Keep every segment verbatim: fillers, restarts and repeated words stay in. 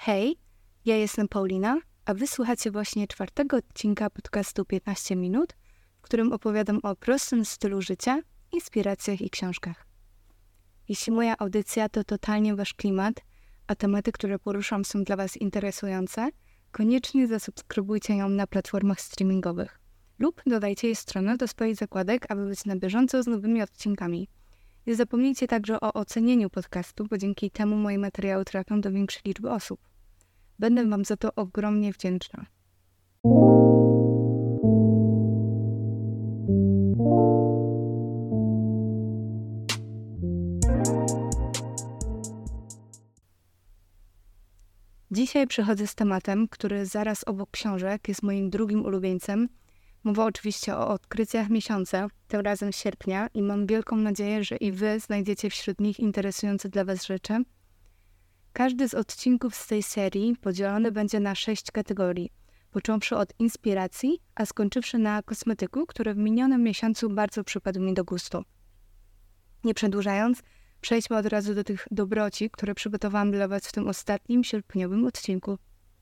Hej, ja jestem Paulina, a wysłuchacie właśnie czwartego odcinka podcastu piętnaście minut, w którym opowiadam o prostym stylu życia, inspiracjach i książkach. Jeśli moja audycja to totalnie wasz klimat, a tematy, które poruszam są dla was interesujące, koniecznie zasubskrybujcie ją na platformach streamingowych lub dodajcie jej stronę do swoich zakładek, aby być na bieżąco z nowymi odcinkami. Nie zapomnijcie także o ocenieniu podcastu, bo dzięki temu moje materiały trafią do większej liczby osób. Będę wam za to ogromnie wdzięczna. Dzisiaj przychodzę z tematem, który zaraz obok książek jest moim drugim ulubieńcem. Mowa oczywiście o odkryciach miesiąca, tym razem sierpnia, i mam wielką nadzieję, że i wy znajdziecie wśród nich interesujące dla was rzeczy. Każdy z odcinków z tej serii podzielony będzie na sześć kategorii, począwszy od inspiracji, a skończywszy na kosmetyku, który w minionym miesiącu bardzo przypadł mi do gustu. Nie przedłużając, przejdźmy od razu do tych dobroci, które przygotowałam dla was w tym ostatnim sierpniowym odcinku.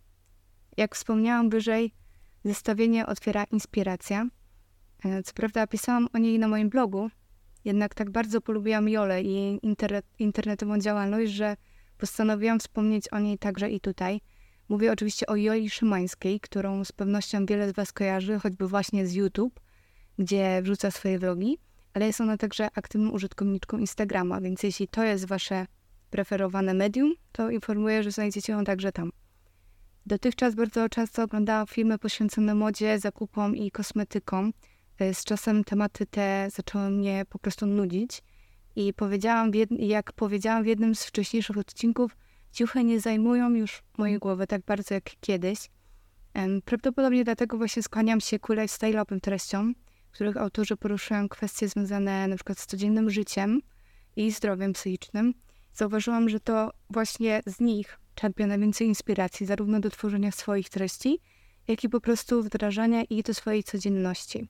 Jak wspomniałam wyżej, zestawienie otwiera inspiracja. Co prawda pisałam o niej na moim blogu, jednak tak bardzo polubiłam Jolę i jej internet, internetową działalność, że postanowiłam wspomnieć o niej także i tutaj. Mówię oczywiście o Joli Szymańskiej, którą z pewnością wiele z was kojarzy, choćby właśnie z YouTube, gdzie wrzuca swoje vlogi, ale jest ona także aktywną użytkowniczką Instagrama, więc jeśli to jest wasze preferowane medium, to informuję, że znajdziecie ją także tam. Dotychczas bardzo często oglądałam filmy poświęcone modzie, zakupom i kosmetykom. Z czasem tematy te zaczęły mnie po prostu nudzić i powiedziałam, jak powiedziałam w jednym z wcześniejszych odcinków, ciuchy nie zajmują już mojej głowy tak bardzo jak kiedyś. Prawdopodobnie dlatego właśnie skłaniam się ku lifestyle'owym treściom, w których autorzy poruszają kwestie związane na przykład z codziennym życiem i zdrowiem psychicznym. Zauważyłam, że to właśnie z nich czerpię najwięcej inspiracji, zarówno do tworzenia swoich treści, jak i po prostu wdrażania ich do swojej codzienności.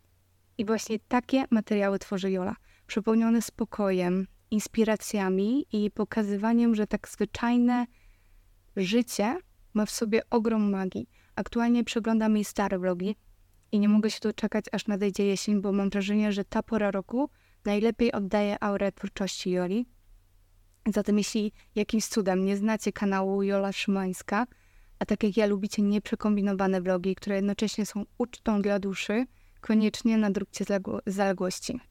I właśnie takie materiały tworzy Jola, przepełnione spokojem, inspiracjami i pokazywaniem, że tak zwyczajne życie ma w sobie ogrom magii. Aktualnie przeglądam jej stare vlogi i nie mogę się doczekać, aż nadejdzie jesień, bo mam wrażenie, że ta pora roku najlepiej oddaje aurę twórczości Joli. Zatem jeśli jakimś cudem nie znacie kanału Jola Szymańska, a tak jak ja lubicie nieprzekombinowane vlogi, które jednocześnie są ucztą dla duszy, koniecznie nadróbcie zaległości.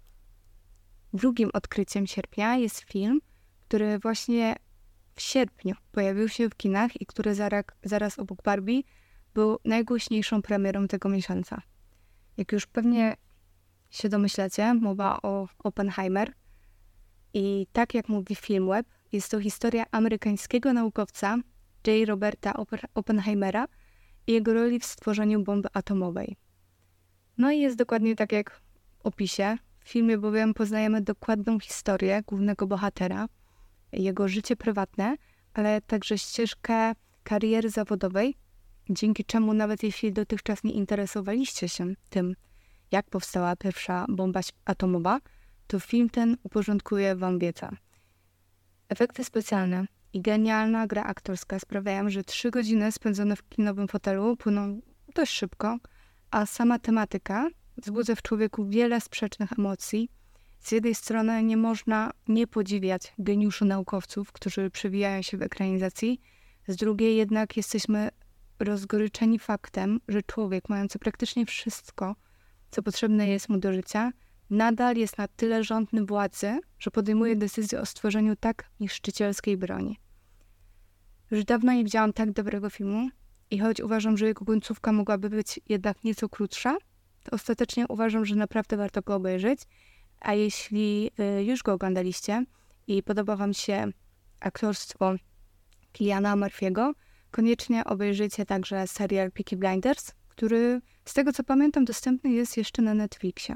Drugim odkryciem sierpnia jest film, który właśnie w sierpniu pojawił się w kinach i który zaraz, zaraz obok Barbie był najgłośniejszą premierą tego miesiąca. Jak już pewnie się domyślacie, mowa o Oppenheimer. I tak jak mówi Filmweb, jest to historia amerykańskiego naukowca J. Roberta Oppenheimera i jego roli w stworzeniu bomby atomowej. No i jest dokładnie tak jak w opisie. W filmie bowiem poznajemy dokładną historię głównego bohatera, jego życie prywatne, ale także ścieżkę kariery zawodowej, dzięki czemu nawet jeśli dotychczas nie interesowaliście się tym, jak powstała pierwsza bomba atomowa, to film ten uporządkuje wam wiedzę. Efekty specjalne i genialna gra aktorska sprawiają, że trzy godziny spędzone w kinowym fotelu płyną dość szybko, a sama tematyka wzbudza w człowieku wiele sprzecznych emocji. Z jednej strony nie można nie podziwiać geniuszu naukowców, którzy przewijają się w ekranizacji, z drugiej jednak jesteśmy rozgoryczeni faktem, że człowiek mający praktycznie wszystko, co potrzebne jest mu do życia, nadal jest na tyle żądny władzy, że podejmuje decyzję o stworzeniu tak niszczycielskiej broni. Już dawno nie widziałam tak dobrego filmu i choć uważam, że jego końcówka mogłaby być jednak nieco krótsza, to ostatecznie uważam, że naprawdę warto go obejrzeć, a jeśli już go oglądaliście i podoba wam się aktorstwo Cilliana Murphy'ego, koniecznie obejrzyjcie także serial Peaky Blinders, który z tego co pamiętam dostępny jest jeszcze na Netflixie.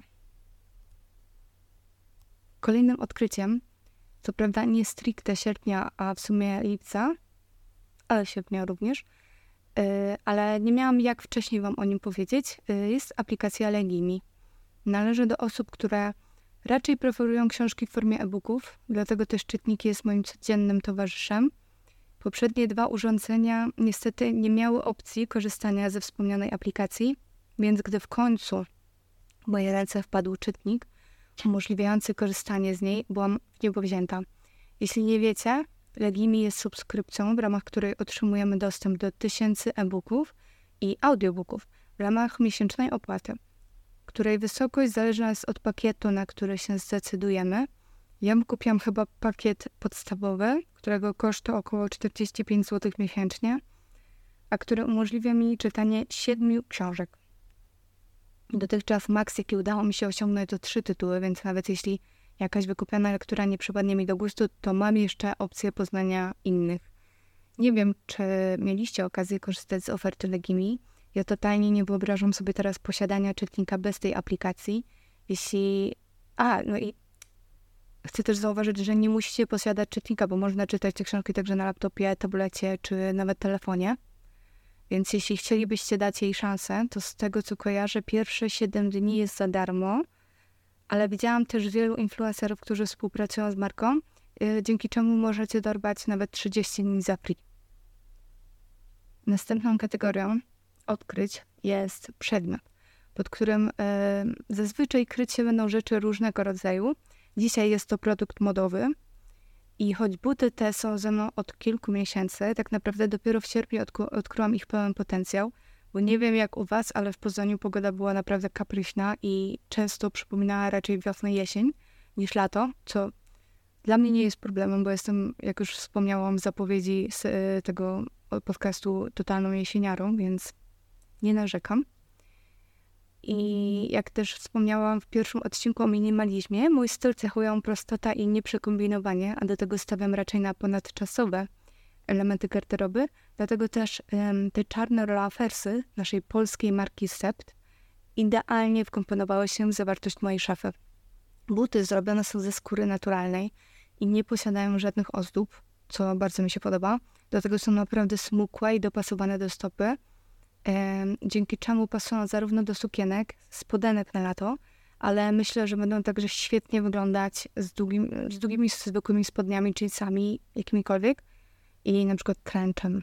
Kolejnym odkryciem, co prawda nie stricte sierpnia, a w sumie lipca, ale sierpnia również, ale nie miałam jak wcześniej wam o nim powiedzieć, jest aplikacja Legimi. Należy do osób, które raczej preferują książki w formie e-booków, dlatego też czytnik jest moim codziennym towarzyszem. Poprzednie dwa urządzenia niestety nie miały opcji korzystania ze wspomnianej aplikacji, więc gdy w końcu w moje ręce wpadł czytnik umożliwiający korzystanie z niej, byłam w niebo wzięta. Jeśli nie wiecie, Legimi jest subskrypcją, w ramach której otrzymujemy dostęp do tysięcy e-booków i audiobooków w ramach miesięcznej opłaty, której wysokość zależna jest od pakietu, na który się zdecydujemy. Ja kupiłam chyba pakiet podstawowy, którego koszt to około czterdzieści pięć złotych miesięcznie, a który umożliwia mi czytanie siedmiu książek. Dotychczas maks, jaki udało mi się osiągnąć, to trzy tytuły, więc nawet jeśli jakaś wykupiona lektura nie przypadnie mi do gustu, to mam jeszcze opcję poznania innych. Nie wiem, czy mieliście okazję korzystać z oferty Legimi. Ja totalnie nie wyobrażam sobie teraz posiadania czytnika bez tej aplikacji. Jeśli... A, no i chcę też zauważyć, że nie musicie posiadać czytnika, bo można czytać te książki także na laptopie, tablecie czy nawet telefonie. Więc jeśli chcielibyście dać jej szansę, to z tego co kojarzę, pierwsze siedem dni jest za darmo, ale widziałam też wielu influencerów, którzy współpracują z marką, yy, dzięki czemu możecie dorwać nawet trzydzieści dni za free. Następną kategorią odkryć jest przedmiot, pod którym yy, zazwyczaj kryć się będą rzeczy różnego rodzaju. Dzisiaj jest to produkt modowy i choć buty te są ze mną od kilku miesięcy, tak naprawdę dopiero w sierpniu odk- odkryłam ich pełen potencjał, bo nie wiem jak u was, ale w Poznaniu pogoda była naprawdę kapryśna i często przypominała raczej wiosnę, jesień niż lato, co dla mnie nie jest problemem, bo jestem, jak już wspomniałam w zapowiedzi z y, tego podcastu, totalną jesieniarą, więc nie narzekam. I jak też wspomniałam w pierwszym odcinku o minimalizmie, mój styl cechują prostota i nieprzekombinowanie, a do tego stawiam raczej na ponadczasowe elementy garderoby. Dlatego też um, te czarne rollerfersy naszej polskiej marki Sept idealnie wkomponowały się w zawartość mojej szafy. Buty zrobione są ze skóry naturalnej i nie posiadają żadnych ozdób, co bardzo mi się podoba. Do tego są naprawdę smukłe i dopasowane do stopy, dzięki czemu pasują zarówno do sukienek, spodenek na lato, ale myślę, że będą także świetnie wyglądać z, długim, z długimi, zwykłymi spodniami, jeansami, jakimikolwiek i na przykład crunchen.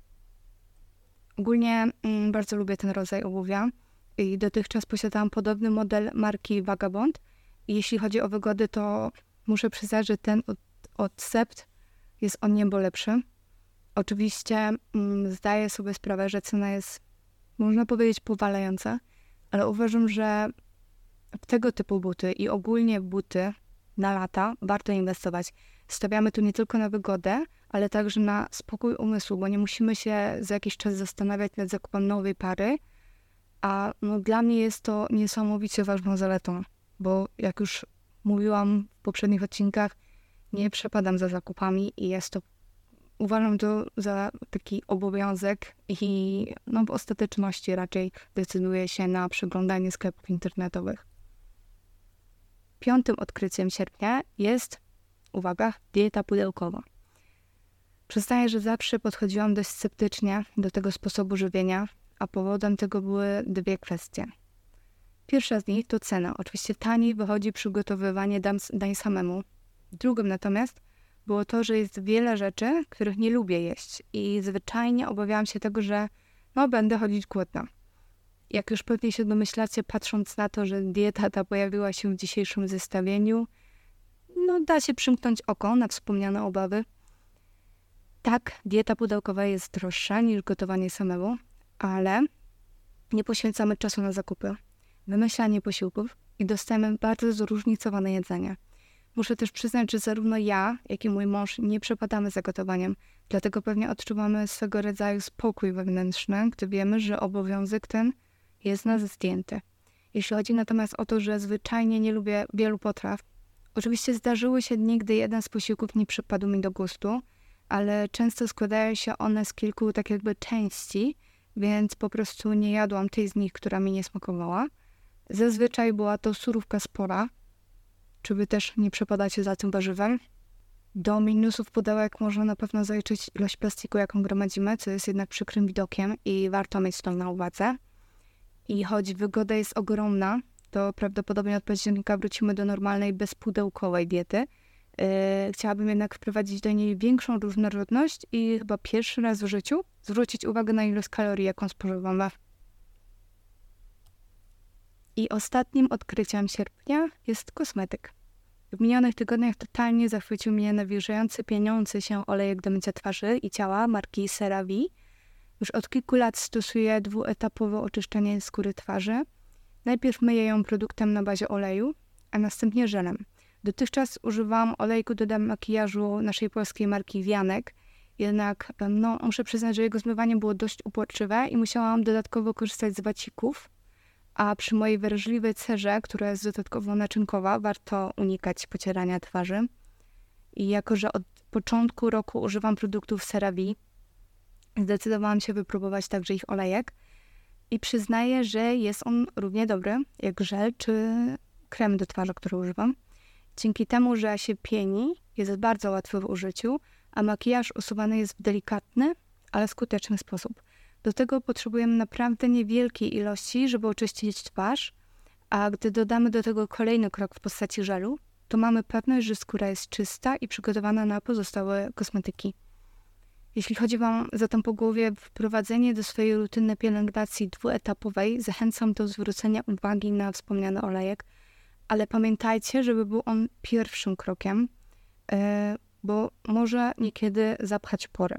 Ogólnie mm, bardzo lubię ten rodzaj obuwia i dotychczas posiadałam podobny model marki Vagabond i jeśli chodzi o wygodę, to muszę przyznać, że ten od, od Sept jest o niebo lepszy. Oczywiście mm, zdaję sobie sprawę, że cena jest, można powiedzieć, powalająca, ale uważam, że w tego typu buty i ogólnie buty na lata warto inwestować. Stawiamy tu nie tylko na wygodę, ale także na spokój umysłu, bo nie musimy się za jakiś czas zastanawiać nad zakupem nowej pary, a no, dla mnie jest to niesamowicie ważną zaletą, bo jak już mówiłam w poprzednich odcinkach, nie przepadam za zakupami i jest to, uważam to za taki obowiązek i no, w ostateczności raczej decyduję się na przeglądanie sklepów internetowych. Piątym odkryciem sierpnia jest, uwaga, dieta pudełkowa. Przyznaję, że zawsze podchodziłam dość sceptycznie do tego sposobu żywienia, a powodem tego były dwie kwestie. Pierwsza z nich to cena. Oczywiście taniej wychodzi przygotowywanie dań samemu. Drugą natomiast było to, że jest wiele rzeczy, których nie lubię jeść i zwyczajnie obawiałam się tego, że no będę chodzić głodna. Jak już pewnie się domyślacie, patrząc na to, że dieta ta pojawiła się w dzisiejszym zestawieniu, no da się przymknąć oko na wspomniane obawy. Tak, dieta pudełkowa jest droższa niż gotowanie samemu, ale nie poświęcamy czasu na zakupy, wymyślanie posiłków i dostajemy bardzo zróżnicowane jedzenie. Muszę też przyznać, że zarówno ja, jak i mój mąż nie przepadamy za gotowaniem, dlatego pewnie odczuwamy swego rodzaju spokój wewnętrzny, gdy wiemy, że obowiązek ten jest z nas zdjęty. Jeśli chodzi natomiast o to, że zwyczajnie nie lubię wielu potraw, oczywiście zdarzyły się dni, gdy jeden z posiłków nie przypadł mi do gustu, ale często składają się one z kilku tak jakby części, więc po prostu nie jadłam tej z nich, która mi nie smakowała. Zazwyczaj była to surówka spora, czy wy też nie przepadacie za tym warzywem. Do minusów pudełek można na pewno zaliczyć ilość plastiku, jaką gromadzimy, co jest jednak przykrym widokiem i warto mieć to na uwadze. I choć wygoda jest ogromna, to prawdopodobnie od października wrócimy do normalnej, bezpudełkowej diety, Yy, chciałabym jednak wprowadzić do niej większą różnorodność i chyba pierwszy raz w życiu zwrócić uwagę na ilość kalorii, jaką spożywam. I ostatnim odkryciem sierpnia jest kosmetyk. W minionych tygodniach totalnie zachwycił mnie nawilżający, pieniący się olejek do mycia twarzy i ciała marki CeraVe. Już od kilku lat stosuję dwuetapowe oczyszczenie skóry twarzy. Najpierw myję ją produktem na bazie oleju, a następnie żelem. Dotychczas używałam olejku do makijażu naszej polskiej marki Wianek, jednak no, muszę przyznać, że jego zmywanie było dość uporczywe i musiałam dodatkowo korzystać z wacików, a przy mojej wrażliwej cerze, która jest dodatkowo naczynkowa, warto unikać pocierania twarzy. I jako, że od początku roku używam produktów CeraVe, zdecydowałam się wypróbować także ich olejek i przyznaję, że jest on równie dobry jak żel czy krem do twarzy, który używam. Dzięki temu, że się pieni, jest bardzo łatwy w użyciu, a makijaż usuwany jest w delikatny, ale skuteczny sposób. Do tego potrzebujemy naprawdę niewielkiej ilości, żeby oczyścić twarz, a gdy dodamy do tego kolejny krok w postaci żelu, to mamy pewność, że skóra jest czysta i przygotowana na pozostałe kosmetyki. Jeśli chodzi Wam zatem po głowie wprowadzenie do swojej rutyny pielęgnacji dwuetapowej, zachęcam do zwrócenia uwagi na wspomniany olejek, ale pamiętajcie, żeby był on pierwszym krokiem, yy, bo może niekiedy zapchać porę.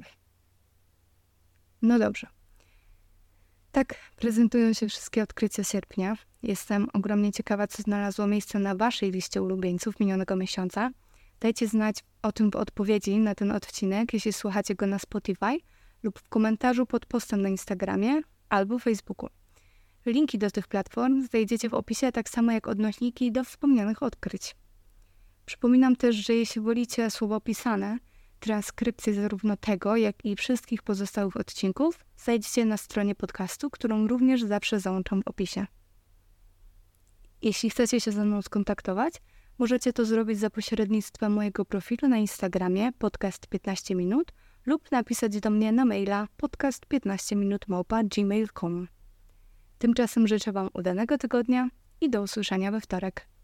No dobrze. Tak prezentują się wszystkie odkrycia sierpnia. Jestem ogromnie ciekawa, co znalazło miejsce na Waszej liście ulubieńców minionego miesiąca. Dajcie znać o tym w odpowiedzi na ten odcinek, jeśli słuchacie go na Spotify lub w komentarzu pod postem na Instagramie albo Facebooku. Linki do tych platform znajdziecie w opisie, tak samo jak odnośniki do wspomnianych odkryć. Przypominam też, że jeśli wolicie słowo pisane, transkrypcję zarówno tego, jak i wszystkich pozostałych odcinków znajdziecie na stronie podcastu, którą również zawsze załączam w opisie. Jeśli chcecie się ze mną skontaktować, możecie to zrobić za pośrednictwem mojego profilu na Instagramie podcast piętnaście minut lub napisać do mnie na maila podcast piętnaście minut małpa gmail kropka com. Tymczasem życzę Wam udanego tygodnia i do usłyszenia we wtorek.